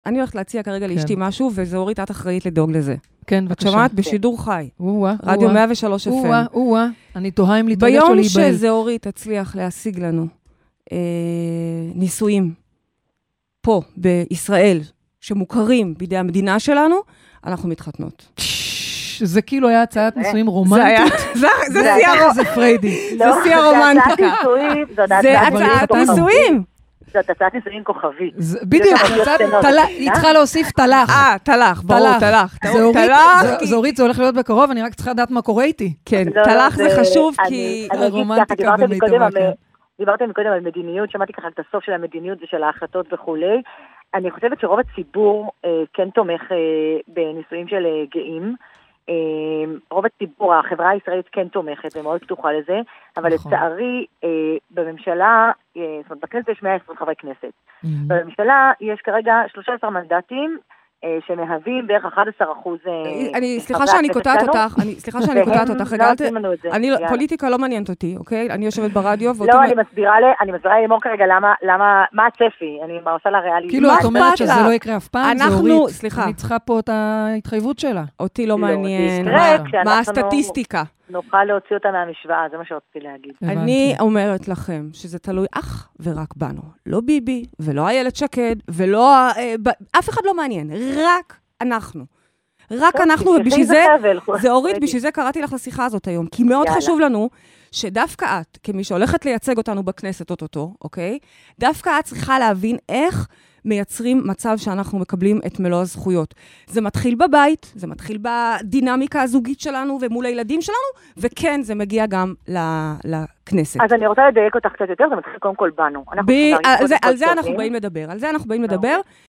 אני הולכת להציע כרגע לאשתי משהו, וזה אורית, את אחראית לדאוג לזה. כן, בבקשה. את שמעת בשידור חי. רדיו 103 FM. אני תוהה אם להתרגש או ביום להיבהל. שזה אורית תצליח להשיג לנו נישואים פה בישראל, שמוכרים בידי המדינה שלנו, אנחנו מתחתנות. זה כאילו היה הצעת נישואים רומנטית. זה פריידי. זה שיא הרומנטיקה. זה הצעת נישואים. זאת הצעת נישואים כוכבית. בדיוק, היא צריכה להוסיף תלך. תלך, ברור, תלך. זה אורית, זה הולך להיות בקרוב, אני רק צריכה לדעת מה קורה איתי. כן, תלך זה חשוב כי... הרומנטיקה במיטבה. דיברתם קודם על מדיניות, שמעתי ככה את הסוף של המדיניות ושל ההחלטות וכולי. אני חושבת שרוב הציבור כן תומך בנישואים של גאים. רוב הציבור, החברה הישראלית כן תומכת ומאוד פתוחה לזה, אבל לצערי בממשלה, זאת אומרת, בכנסת יש 120 חברי כנסת. בממשלה יש כרגע 13 מנדטים, שמהווים בערך 11%. סליחה שאני קותת אותך, פוליטיקה לא מעניינת אותי, אוקיי? אני יושבת ברדיו. לא, אני מסבירה לאמור כרגע מה הצפי, אני עושה לה ריאלי. כאילו את אומרת שזה לא יקרה אף פעם, זה אורית, סליחה. אני צריכה פה את ההתחייבות שלה. אותי לא מעניין, מה הסטטיסטיקה. נוכל להוציא אותה מהמשוואה, זה מה שרציתי להגיד. אני אומרת לכם שזה תלוי אך ורק בנו. לא ביבי, ולא איילת שקד, ולא... אף אחד לא מעניין, רק אנחנו. רק אנחנו, ובשביל זה אורית, בשביל זה קראתי לך לשיחה הזאת היום, כי מאוד חשוב לנו שדווקא את, כמי שהולכת לייצג אותנו בכנסת אותו, אוקיי? דווקא את צריכה להבין איך מייצרים מצב שאנחנו מקבלים את מלוא הזכויות. זה מתחיל בבית, זה מתחיל בדינמיקה הזוגית שלנו ומול הילדים שלנו, וכן, זה מגיע גם לכנסת. אז אני רוצה לדייק אותך קצת יותר, זה מתחיל קודם כל בנו. על זה אנחנו באים לדבר.